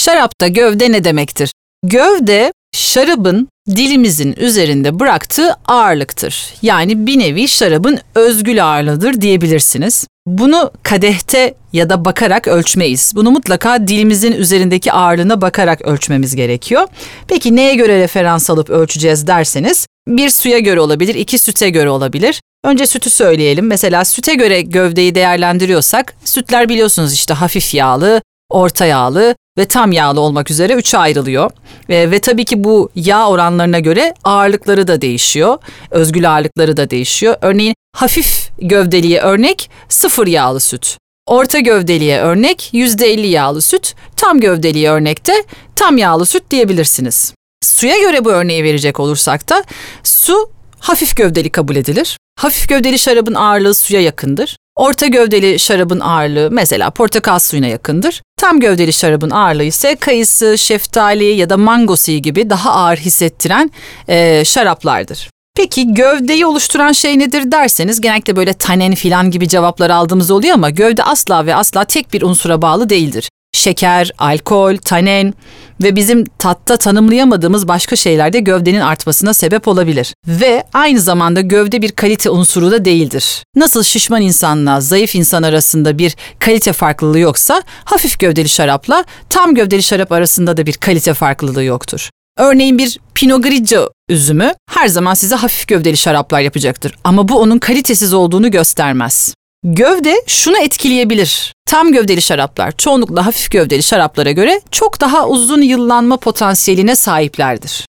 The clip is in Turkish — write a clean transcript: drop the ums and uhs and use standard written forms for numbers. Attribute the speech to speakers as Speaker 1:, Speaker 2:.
Speaker 1: Şarapta gövde ne demektir? Gövde, şarabın dilimizin üzerinde bıraktığı ağırlıktır. Yani bir nevi şarabın özgül ağırlığıdır diyebilirsiniz. Bunu kadehte ya da bakarak ölçmeyiz. Bunu mutlaka dilimizin üzerindeki ağırlığına bakarak ölçmemiz gerekiyor. Peki neye göre referans alıp ölçeceğiz derseniz, bir suya göre olabilir, 2 süte göre olabilir. Önce sütü söyleyelim. Mesela süte göre gövdeyi değerlendiriyorsak, sütler biliyorsunuz işte hafif yağlı, orta yağlı ve tam yağlı olmak üzere 3'e ayrılıyor. Ve tabii ki bu yağ oranlarına göre ağırlıkları da değişiyor. Özgül ağırlıkları da değişiyor. Örneğin hafif gövdeliye örnek 0 yağlı süt. Orta gövdeliye örnek %50 yağlı süt. Tam gövdeliye örnekte tam yağlı süt diyebilirsiniz. Suya göre bu örneği verecek olursak da su hafif gövdeli kabul edilir. Hafif gövdeli şarabın ağırlığı suya yakındır. Orta gövdeli şarabın ağırlığı mesela portakal suyuna yakındır. Tam gövdeli şarabın ağırlığı ise kayısı, şeftali ya da mango suyu gibi daha ağır hissettiren şaraplardır. Peki gövdeyi oluşturan şey nedir derseniz genellikle böyle tanen filan gibi cevaplar aldığımız oluyor ama gövde asla ve asla tek bir unsura bağlı değildir. Şeker, alkol, tanen ve bizim tatta tanımlayamadığımız başka şeyler de gövdenin artmasına sebep olabilir. Ve aynı zamanda gövde bir kalite unsuru da değildir. Nasıl şişman insanla zayıf insan arasında bir kalite farklılığı yoksa, hafif gövdeli şarapla tam gövdeli şarap arasında da bir kalite farklılığı yoktur. Örneğin bir Pinot Grigio üzümü her zaman size hafif gövdeli şaraplar yapacaktır. Ama bu onun kalitesiz olduğunu göstermez. Gövde şunu etkileyebilir. Tam gövdeli şaraplar çoğunlukla hafif gövdeli şaraplara göre çok daha uzun yıllanma potansiyeline sahiplerdir.